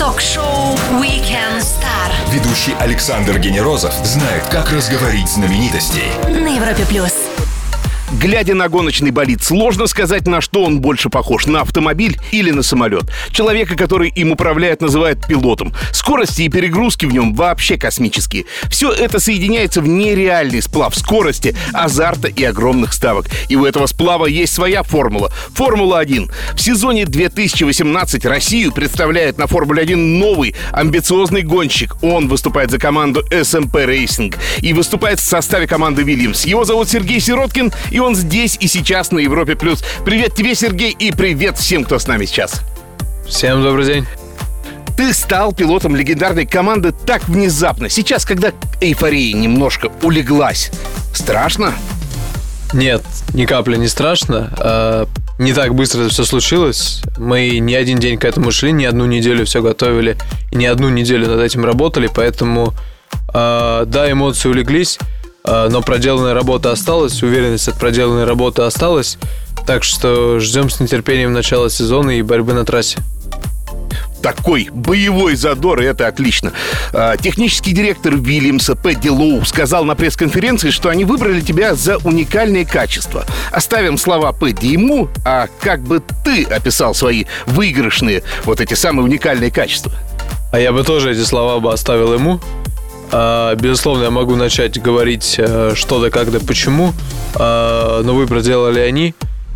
Ток-шоу Weekend Star. Ведущий Александр Генерозов знает, как разговорить знаменитостей. На Европе Плюс. Глядя на гоночный болид, сложно сказать, на что он больше похож, на автомобиль или на самолет. Человека, который им управляет, называют пилотом. Скорости и перегрузки в нем вообще космические. Все это соединяется в нереальный сплав скорости, азарта и огромных ставок. И у этого сплава есть своя формула. Формула-1. В сезоне 2018 Россию представляет на Формуле-1 новый амбициозный гонщик. Он выступает за команду SMP Racing и выступает в составе команды Williams. Его зовут Сергей Сироткин, и он здесь и сейчас на Европе+. Привет тебе, Сергей, и привет всем, кто с нами сейчас. Всем добрый день. Ты стал пилотом легендарной команды так внезапно. Сейчас, когда эйфория немножко улеглась. Страшно? Нет, ни капли не страшно. Не так быстро это все случилось. Мы не один день к этому шли, не одну неделю все готовили и не одну неделю над этим работали. Поэтому, да, эмоции улеглись, но проделанная работа осталась, уверенность от проделанной работы осталась. Так что ждем с нетерпением начала сезона и борьбы на трассе. Такой боевой задор, и это отлично. Технический директор Вильямса Пэдди Лоу сказал на пресс-конференции, что они выбрали тебя за уникальные качества. Оставим слова Пэдди ему, а как бы ты описал свои выигрышные, вот эти самые уникальные качества? А я бы тоже эти слова бы оставил ему. Безусловно, я могу начать говорить что да, как да, почему, но выбор делали они,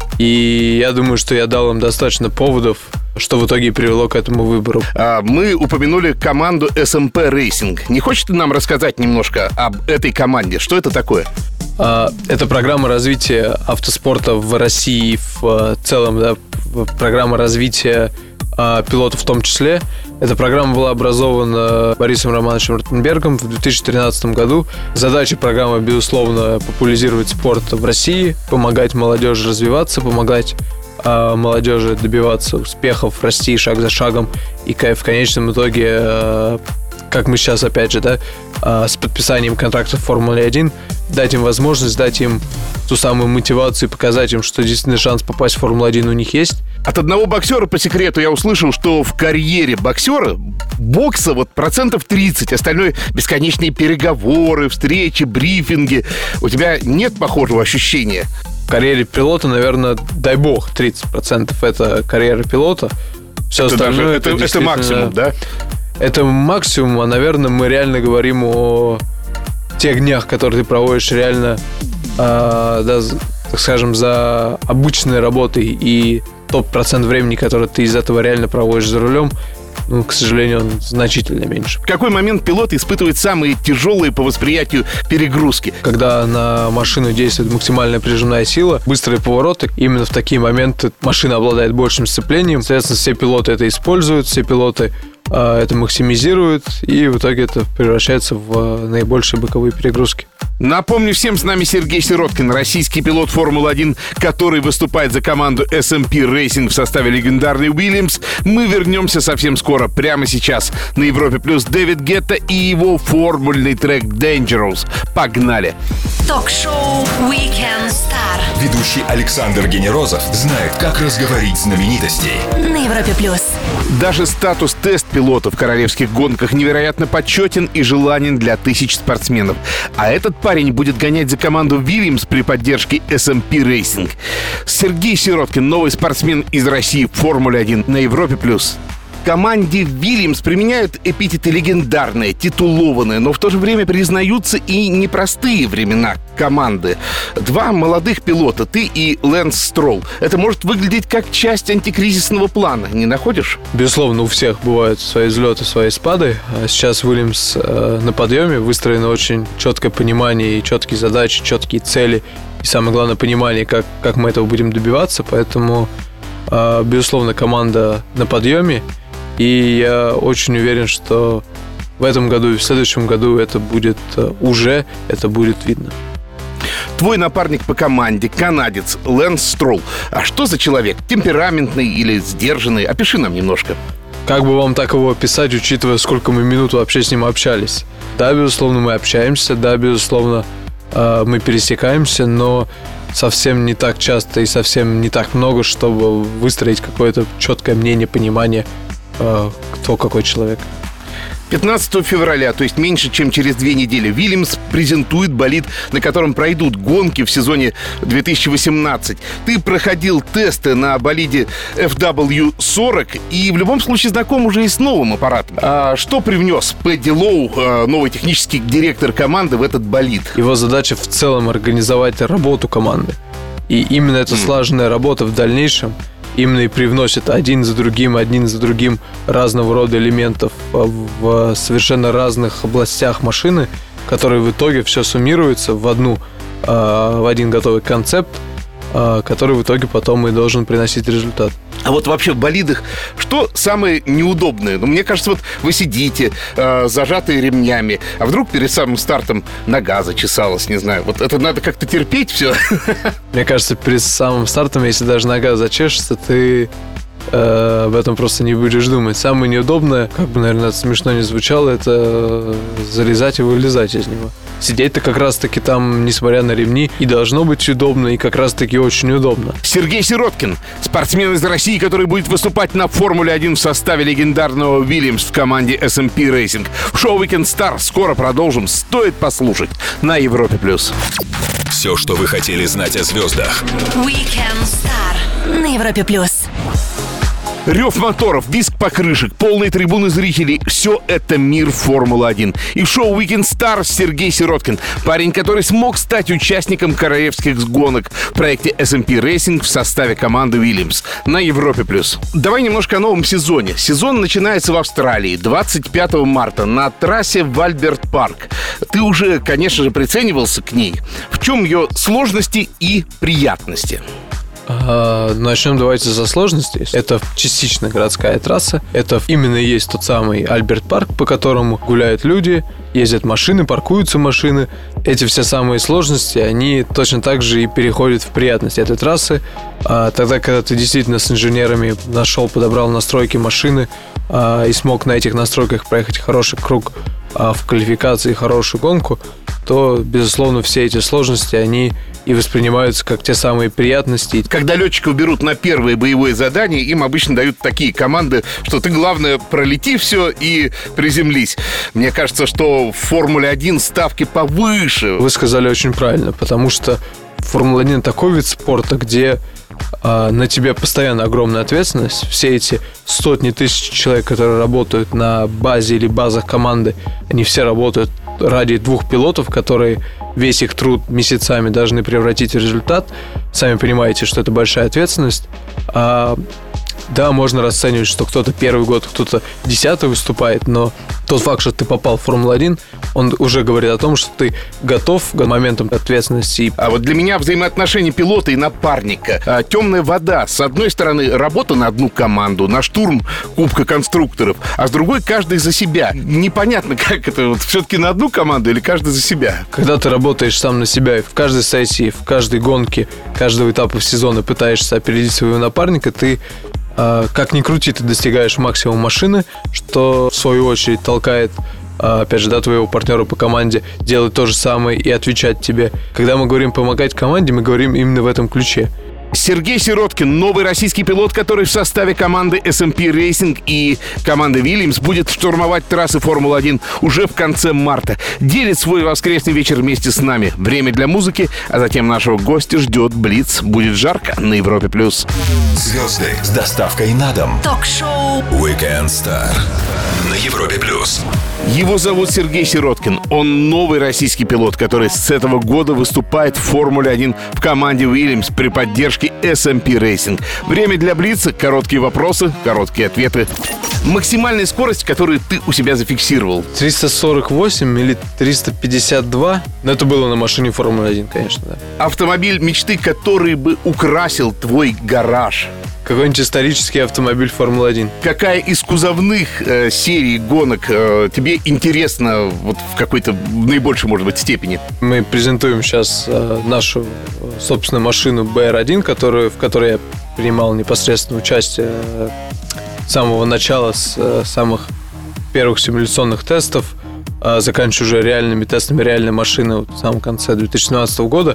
и я думаю, что я дал им достаточно поводов, что в итоге привело к этому выбору. Мы упомянули команду SMP Racing. Не хочешь ты нам рассказать немножко об этой команде? Что это такое? Это программа развития автоспорта в России в целом, да, программа развития пилотов в том числе. Эта программа была образована Борисом Романовичем Ротенбергом в 2013 году. Задача программы, безусловно, популяризировать спорт в России, помогать молодежи развиваться, помогать молодежи добиваться успехов, расти шаг за шагом и в конечном итоге, как мы сейчас опять же, да, с подписанием контрактов в Формуле-1, дать им возможность, дать им ту самую мотивацию и показать им, что действительно шанс попасть в Формулу-1 у них есть. От одного боксера по секрету я услышал, что в карьере боксера бокса вот 30%, остальное бесконечные переговоры, встречи, брифинги. У тебя нет похожего ощущения? В карьере пилота, наверное, дай бог, 30% это карьера пилота. Все остальное это максимум, да? Это максимум, а, наверное, мы реально говорим о тех днях, которые ты проводишь реально, да, так скажем, за обычной работой, и тот процент времени, который ты из этого реально проводишь за рулем, ну, к сожалению, он значительно меньше. В какой момент пилот испытывает самые тяжелые по восприятию перегрузки? Когда на машину действует максимальная прижимная сила, быстрые повороты, именно в такие моменты машина обладает большим сцеплением. Соответственно, все пилоты это используют, все пилоты это максимизируют, и в итоге это превращается в наибольшие боковые перегрузки. Напомню всем, с нами Сергей Сироткин, российский пилот Формулы-1, который выступает за команду SMP Racing в составе легендарной Williams. Мы вернемся совсем скоро, прямо сейчас на Европе+. Дэвид Гетта и его формульный трек Dangerous. Погнали! Ток-шоу Weekend Star. Ведущий Александр Генерозов знает, как разговорить знаменитостей. На Европе+. Даже статус тест-пилота в королевских гонках невероятно почетен и желанен для тысяч спортсменов. А этот парень будет гонять за команду Williams при поддержке SMP Racing. Сергей Сироткин, новый спортсмен из России в Формуле-1 на Европе+. Команде Williams применяют эпитеты легендарные, титулованные, но в то же время признаются и непростые времена команды. Два молодых пилота, ты и Лэнс Стролл. Это может выглядеть как часть антикризисного плана, не находишь? Безусловно, у всех бывают свои взлеты, свои спады. Сейчас Williams на подъеме, выстроено очень четкое понимание и четкие задачи, четкие цели. И самое главное, понимание, как мы этого будем добиваться. Поэтому, безусловно, команда на подъеме. И я очень уверен, что в этом году и в следующем году это будет видно. Твой напарник по команде, канадец Лэнс Стролл. А что за человек? Темпераментный или сдержанный? Опиши нам немножко. Как бы вам так его описать, учитывая, сколько мы минут вообще с ним общались? Да, безусловно, мы общаемся, да, безусловно, мы пересекаемся, но совсем не так часто и совсем не так много, чтобы выстроить какое-то четкое мнение, понимание кто какой человек. 15 февраля, то есть меньше, чем через 2 недели, Williams презентует болид, на котором пройдут гонки в сезоне 2018. Ты проходил тесты на болиде FW40 и в любом случае знаком уже и с новым аппаратом. А что привнес Пэдди Лоу, новый технический директор команды, в этот болид? Его задача в целом организовать работу команды. И именно эта слаженная работа в дальнейшем именно и привносит один за другим разного рода элементов в совершенно разных областях машины, которые в итоге все суммируется в один готовый концепт, который в итоге потом и должен приносить результат. А вот вообще в болидах что самое неудобное? Ну, мне кажется, вот вы сидите, зажатые ремнями, а вдруг перед самым стартом нога зачесалась, не знаю. Вот это надо как-то терпеть все. Мне кажется, перед самым стартом, если даже нога зачешется, ты об этом просто не будешь думать. Самое неудобное, как бы, наверное, это смешно не звучало, это залезать и вылезать из него. Сидеть-то как раз-таки там, несмотря на ремни, и должно быть удобно, и как раз-таки очень удобно. Сергей Сироткин, спортсмен из России, который будет выступать на Формуле-1 в составе легендарного Williams в команде SMP Racing. В шоу Weekend Star скоро продолжим. Стоит послушать на Европе+. Все, что вы хотели знать о звездах. Weekend Star на Европе+. Рев моторов, визг покрышек, полные трибуны зрителей — все это мир Формулы-1. И в шоу Weekend Star Сергей Сироткин, парень, который смог стать участником королевских гонок в проекте SMP Racing в составе команды Williams на Европе+. Давай немножко о новом сезоне. Сезон начинается в Австралии 25 марта на трассе в Альберт-Парк. Ты уже, конечно же, приценивался к ней. В чем ее сложности и приятности? Начнем давайте со сложностей. Это частично городская трасса. Это именно и есть тот самый Альберт-Парк, по которому гуляют люди, ездят машины, паркуются машины. Эти все самые сложности, они точно так же и переходят в приятность этой трассы. Тогда, когда ты действительно с инженерами подобрал настройки машины и смог на этих настройках проехать хороший круг в квалификации, хорошую гонку, то, безусловно, все эти сложности, они и воспринимаются как те самые приятности. Когда летчиков берут на первое боевое задание, им обычно дают такие команды, что ты, главное, пролети все и приземлись. Мне кажется, что в Формуле-1 ставки повыше. Вы сказали очень правильно, потому что Формула-1 такой вид спорта, где на тебе постоянно огромная ответственность. Все эти сотни тысяч человек, которые работают на базе или базах команды, они все работают ради 2 пилотов, которые весь их труд месяцами должны превратить в результат. Сами понимаете, что это большая ответственность. Да, можно расценивать, что кто-то первый год, кто-то 10-й выступает, но тот факт, что ты попал в Формулу-1, он уже говорит о том, что ты готов к моментам ответственности. А вот для меня взаимоотношения пилота и напарника. Темная вода. С одной стороны, работа на одну команду, на штурм Кубка конструкторов, а с другой каждый за себя. Непонятно, как это, вот все-таки на одну команду или каждый за себя. Когда ты работаешь сам на себя и в каждой сессии, в каждой гонке, каждого этапа сезона пытаешься опередить своего напарника, ты как ни крути, ты достигаешь максимума машины, что в свою очередь толкает, опять же, твоего партнера по команде делать то же самое и отвечать тебе. Когда мы говорим помогать команде, мы говорим именно в этом ключе. Сергей Сироткин, новый российский пилот, который в составе команды SMP Racing и команды Williams будет штурмовать трассы Формулы-1 уже в конце марта. Делит свой воскресный вечер вместе с нами. Время для музыки, а затем нашего гостя ждет Блиц. Будет жарко на Европе+. Звезды с доставкой на дом. Ток-шоу Weekend Star на Европе+. Его зовут Сергей Сироткин. Он новый российский пилот, который с этого года выступает в Формуле-1 в команде Williams при поддержке SMP Racing. Время для Блица. Короткие вопросы, короткие ответы. Максимальная скорость, которую ты у себя зафиксировал? 348 или 352. Но это было на машине Формулы-1, конечно, да. Автомобиль мечты, который бы украсил твой гараж? Какой-нибудь исторический автомобиль Формулы-1. Какая из кузовных серий гонок тебе интересна вот в какой-то наибольшей, может быть, степени? Мы презентуем сейчас нашу собственную машину BR1, в которой я принимал непосредственно участие с самого начала, с самых первых симуляционных тестов, заканчивая уже реальными тестами реальной машины в самом конце 2017 года.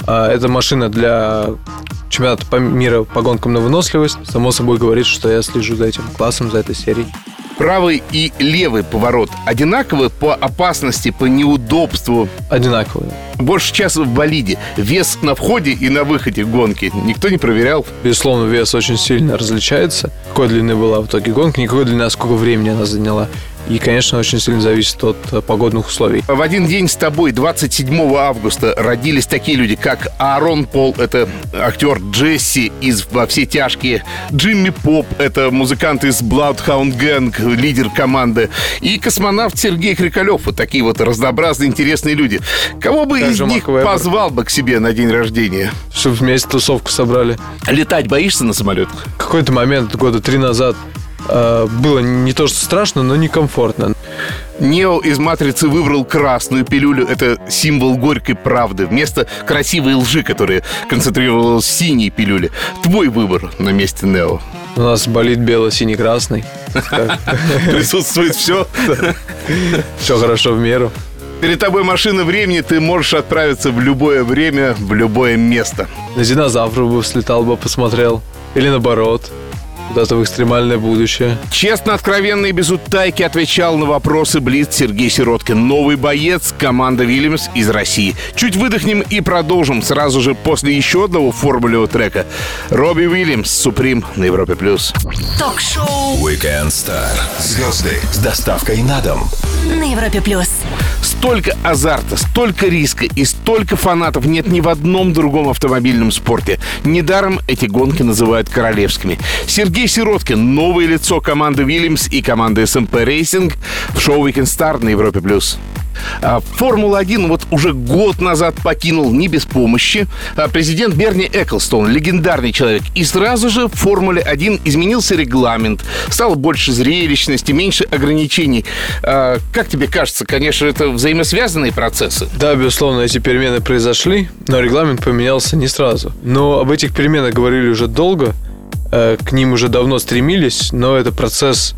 Это машина для чемпионата мира по гонкам на выносливость. Само собой говорит, что я слежу за этим классом, за этой серией. Правый и левый поворот одинаковы по опасности, по неудобству? Одинаковые. Больше часа в болиде. Вес на входе и на выходе гонки никто не проверял? Безусловно, вес очень сильно различается. Какой длины была в итоге гонка, никакой длины, а сколько времени она заняла. И, конечно, очень сильно зависит от погодных условий. В один день с тобой, 27 августа, родились такие люди, как Аарон Пол, это актер Джесси из «Во все тяжкие», Джимми Поп, это музыкант из Bloodhound Gang, лидер команды, и космонавт Сергей Крикалев. Вот такие вот разнообразные, интересные люди. Кого бы из них позвал бы к себе на день рождения? Чтобы вместе тусовку собрали. Летать боишься на самолетах? В какой-то момент, года 3 назад, было не то что страшно, но некомфортно. Нео из «Матрицы» выбрал красную пилюлю. Это символ горькой правды. Вместо красивой лжи, которая концентрировалась в синей пилюле. Твой выбор на месте Нео. У нас болит бело-синий-красный. Присутствует все. Все хорошо в меру. Перед тобой машина времени, ты можешь отправиться в любое время, в любое место. На динозавров бы слетал бы, посмотрел. Или наоборот, куда-то в экстремальное будущее. Честно, откровенно и без утайки отвечал на вопросы блиц Сергей Сироткин. Новый боец команды «Вильямс» из России. Чуть выдохнем и продолжим сразу же после еще одного формулевого трека. Робби Уильямс, «Суприм» на Европе+. Ток-шоу Weekend Star. Звезды с доставкой на дом. на Европе+. Столько азарта, столько риска и столько фанатов нет ни в одном другом автомобильном спорте. Недаром эти гонки называют королевскими. Сергей Сироткин, новое лицо команды «Вильямс» и команды SMP Racing в шоу Weekend Star на Европе+. Формула-1 вот уже год назад покинул не без помощи президент Берни Эклстон, легендарный человек. И сразу же в Формуле-1 изменился регламент, стало больше зрелищности, меньше ограничений. Как тебе кажется, конечно, это взаимосвязанные процессы? Да, безусловно, эти перемены произошли, но регламент поменялся не сразу. Но об этих переменах говорили уже долго, к ним уже давно стремились, но это процесс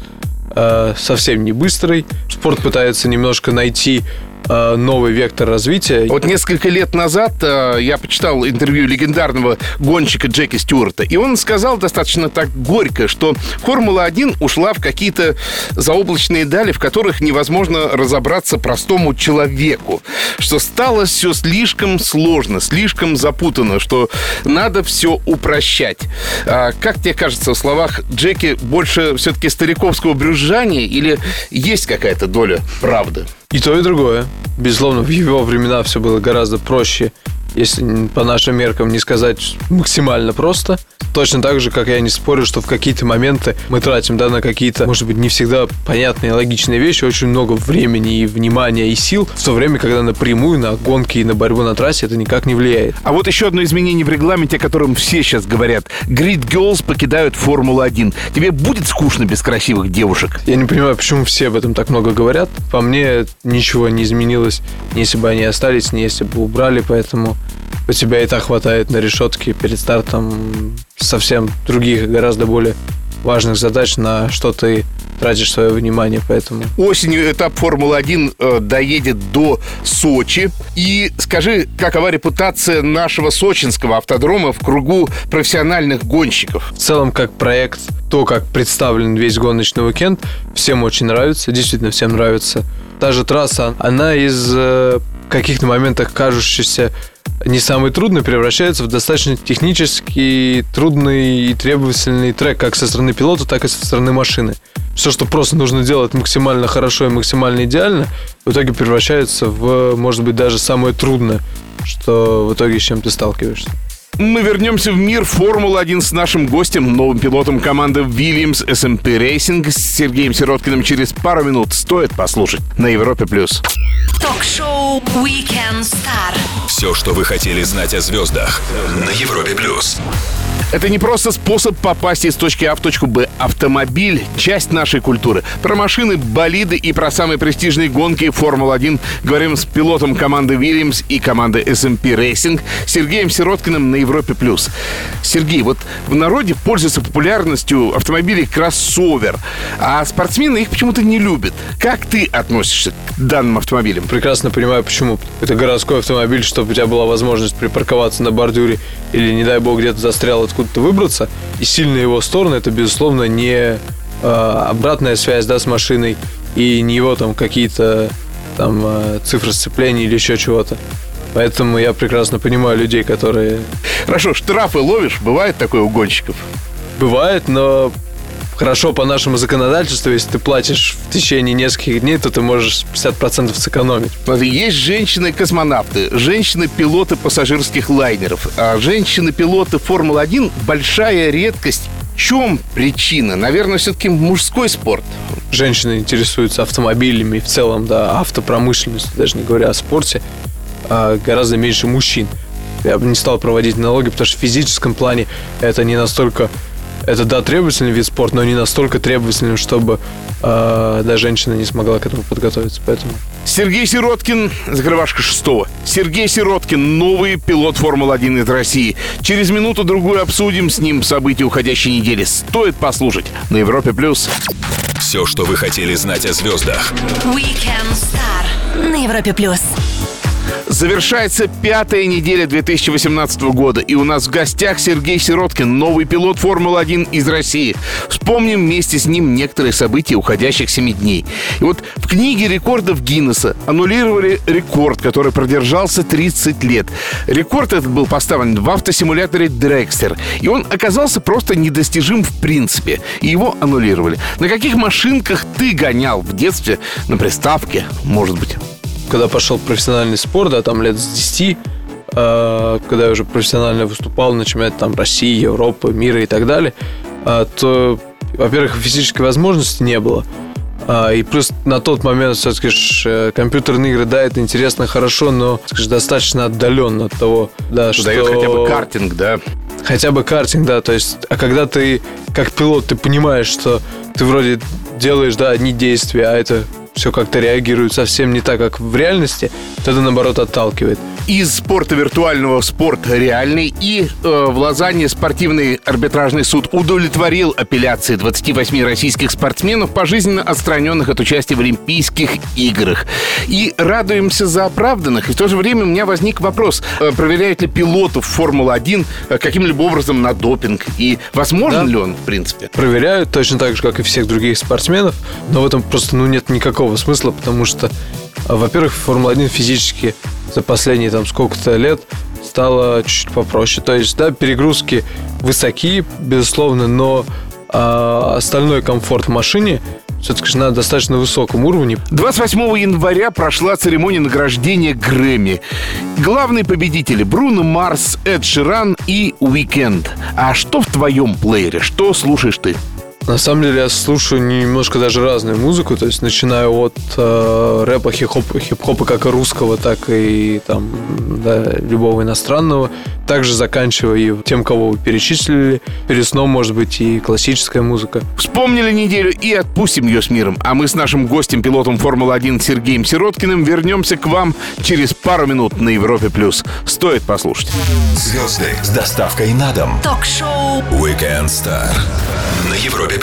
совсем не быстрый. Спорт пытается немножко найти новый вектор развития. Вот несколько лет назад я почитал интервью легендарного гонщика Джеки Стюарта, и он сказал достаточно так горько, что Формула-1 ушла в какие-то заоблачные дали, в которых невозможно разобраться простому человеку, что стало все слишком сложно, слишком запутанно, что надо все упрощать. Как тебе кажется, в словах Джеки больше все-таки стариковского брюзжания или есть какая-то доля правды? И то, и другое. Безусловно, в его времена все было гораздо проще, если по нашим меркам не сказать максимально просто. Точно так же, как я не спорю, что в какие-то моменты мы тратим, да, на какие-то, может быть, не всегда понятные, логичные вещи, очень много времени и внимания и сил, в то время, когда напрямую на гонки и на борьбу на трассе это никак не влияет. А вот еще одно изменение в регламенте, о котором все сейчас говорят. Grid Girls покидают Формулу-1. Тебе будет скучно без красивых девушек? Я не понимаю, почему все об этом так много говорят. По мне, ничего не изменилось, ни если бы они остались, ни если бы убрали, поэтому у тебя и так хватает на решетке перед стартом совсем других, гораздо более важных задач, на что ты тратишь свое внимание, поэтому... Осенью этап Формулы-1 доедет до Сочи. И скажи, какова репутация нашего сочинского автодрома в кругу профессиональных гонщиков? В целом, как проект, то, как представлен весь гоночный уикенд, всем очень нравится, действительно всем нравится. Та же трасса, она из каких-то моментах кажущейся не самый трудный, превращается в достаточно технически трудный и требовательный трек как со стороны пилота, так и со стороны машины. Все, что просто нужно делать максимально хорошо и максимально идеально, в итоге превращается в, может быть, даже самое трудное, что в итоге с чем ты сталкиваешься. Мы вернемся в мир Формулы-1 с нашим гостем, новым пилотом команды Williams SMP Racing с Сергеем Сироткиным через пару минут. Стоит послушать на Европе+. Ток-шоу Weekend Star. Все, что вы хотели знать о звездах на Европе+. Это не просто способ попасть из точки А в точку Б. Автомобиль — часть нашей культуры. Про машины, болиды и про самые престижные гонки Формулы-1 говорим с пилотом команды Williams и команды SMP Racing Сергеем Сироткиным на Европе+. Сергей, вот в народе пользуется популярностью автомобилей кроссовер, а спортсмены их почему-то не любят. Как ты относишься к данным автомобилям? Прекрасно понимаю, почему. Это городской автомобиль, чтобы у тебя была возможность припарковаться на бордюре или, не дай бог, где-то застрял, откуда-то выбраться. И сильная его сторона — это, безусловно, не обратная связь, да, с машиной и не его там какие-то там цифры сцепления или еще чего-то. Поэтому я прекрасно понимаю людей, которые... Хорошо, штрафы ловишь? Бывает такое у гонщиков? Бывает, но хорошо по нашему законодательству, если ты платишь в течение нескольких дней, то ты можешь 50% сэкономить. Смотри, есть женщины-космонавты, женщины-пилоты пассажирских лайнеров, а женщины-пилоты Формулы-1 – большая редкость. В чем причина? Наверное, все-таки мужской спорт. Женщины интересуются автомобилями, в целом, да, автопромышленностью, даже не говоря о спорте, гораздо меньше мужчин. Я бы не стал проводить аналогии, потому что в физическом плане это не настолько... Это, да, требовательный вид спорта, но не настолько требовательный, чтобы женщина не смогла к этому подготовиться. Поэтому... Сергей Сироткин, закрывашка 6-го. Сергей Сироткин, новый пилот Формулы-1 из России. Через минуту-другую обсудим с ним события уходящей недели. Стоит послушать на Европе+. Все, что вы хотели знать о звездах. Weekend Star на Европе+. Завершается 5-я неделя 2018 года, и у нас в гостях Сергей Сироткин, новый пилот Формулы-1 из России. Вспомним вместе с ним некоторые события уходящих 7 дней. И вот в книге рекордов Гиннесса аннулировали рекорд, который продержался 30 лет. Рекорд этот был поставлен в автосимуляторе Dragster, и он оказался просто недостижим в принципе, и его аннулировали. На каких машинках ты гонял в детстве? На приставке, может быть? Когда пошел в профессиональный спорт, да, там лет с 10, когда я уже профессионально выступал на чемпионате там России, Европы, мира и так далее, то, во-первых, физической возможности не было. И плюс на тот момент, все-таки, компьютерные игры, да, это интересно, хорошо, но, скажем, достаточно отдаленно от того, да, что... Дает хотя бы картинг, да? Хотя бы картинг, да, то есть, а когда ты, как пилот, ты понимаешь, что ты вроде делаешь, да, одни действия, а это... все как-то реагирует совсем не так, как в реальности, то это, наоборот, отталкивает. Из спорта виртуального в спорт реальный. И в Лозанне спортивный арбитражный суд удовлетворил апелляции 28 российских спортсменов, пожизненно отстраненных от участия в Олимпийских играх. И радуемся за оправданных. И в то же время у меня возник вопрос. Проверяют ли пилотов Формулы-1 каким-либо образом на допинг? И возможен ли он, в принципе? Проверяют точно так же, как и всех других спортсменов. Но в этом просто нет никакого смысла, потому что, во-первых, Формула-1 физически за последние там сколько-то лет стало чуть-чуть попроще. То есть, да, перегрузки высоки, безусловно, но остальной комфорт в машине все-таки на достаточно высоком уровне. 28 января прошла церемония награждения Грэмми. Главные победители — Бруно Марс, Эд Ширан и Уикенд. А что в твоем плеере? Что слушаешь ты? На самом деле я слушаю немножко даже разную музыку, то есть начинаю от рэпа, хип-хопа как и русского, так и там, да, любого иностранного. Также заканчиваю и тем, кого вы перечислили. Перед сном, может быть, и классическая музыка. Вспомнили неделю и отпустим ее с миром. А мы с нашим гостем, пилотом Формулы-1 Сергеем Сироткиным, вернемся к вам через пару минут на Европе+. Стоит послушать. Звезды с доставкой на дом. Ток-шоу Weekend Star на Европе+.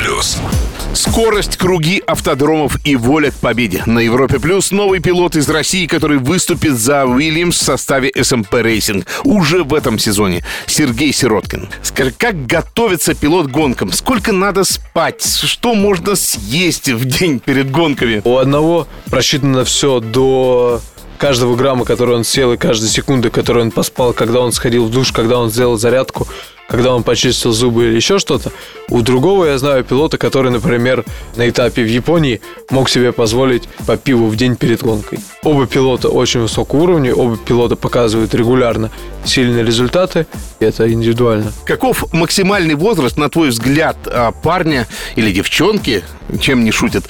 Скорость, круги автодромов и воля к победе. На Европе+. Новый пилот из России, который выступит за Williams в составе SMP Racing уже в этом сезоне. Сергей Сироткин. Скажи, как готовится пилот к гонкам? Сколько надо спать? Что можно съесть в день перед гонками? У одного просчитано все до каждого грамма, который он съел, и каждой секунды, которую он поспал, когда он сходил в душ, когда он сделал зарядку, когда он почистил зубы или еще что-то. У другого я знаю пилота, который, например, на этапе в Японии мог себе позволить по пиву в день перед гонкой. Оба пилота очень высокого уровня, оба пилота показывают регулярно сильные результаты, и это индивидуально. Каков максимальный возраст, на твой взгляд, парня или девчонки, чем не шутят,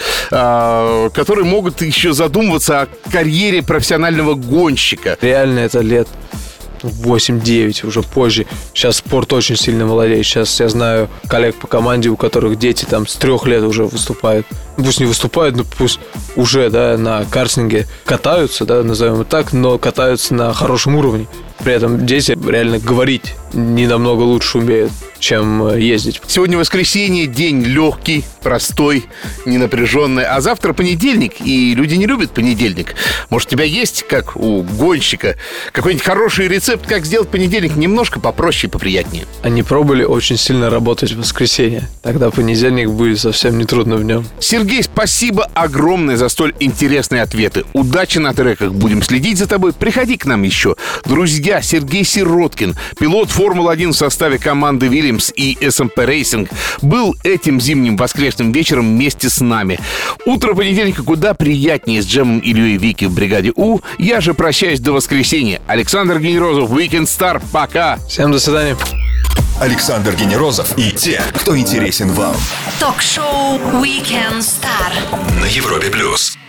которые могут еще задумываться о карьере профессионального гонщика? Реально это лет 8-9, уже позже. Сейчас спорт очень сильно молодеет. Сейчас я знаю коллег по команде, у которых дети там с 3 лет уже выступают. Пусть не выступают, но пусть уже, да, на картинге катаются, да, назовем это так, но катаются на хорошем уровне. При этом дети реально говорить не намного лучше умеют, чем ездить. Сегодня воскресенье, день легкий, простой, ненапряженный. А завтра понедельник, и люди не любят понедельник. Может, у тебя есть, как у гонщика, какой-нибудь хороший рецепт, как сделать понедельник немножко попроще и поприятнее? Они пробовали очень сильно работать в воскресенье. Тогда понедельник будет совсем нетрудно в нем. Сергей, спасибо огромное за столь интересные ответы. Удачи на треках, будем следить за тобой. Приходи к нам еще. Друзья, Сергей Сироткин, пилот Формулы-1 в составе команды Williams и SMP Racing, был этим зимним воскресным вечером вместе с нами. Утро понедельника куда приятнее с Джемом, Ильей и Вики в бригаде У. Я же прощаюсь до воскресенья. Александр Генерозов, Weekend Star. Пока. Всем до свидания. Александр Генерозов и те, кто интересен вам. Ток-шоу Weekend Star На Европе+.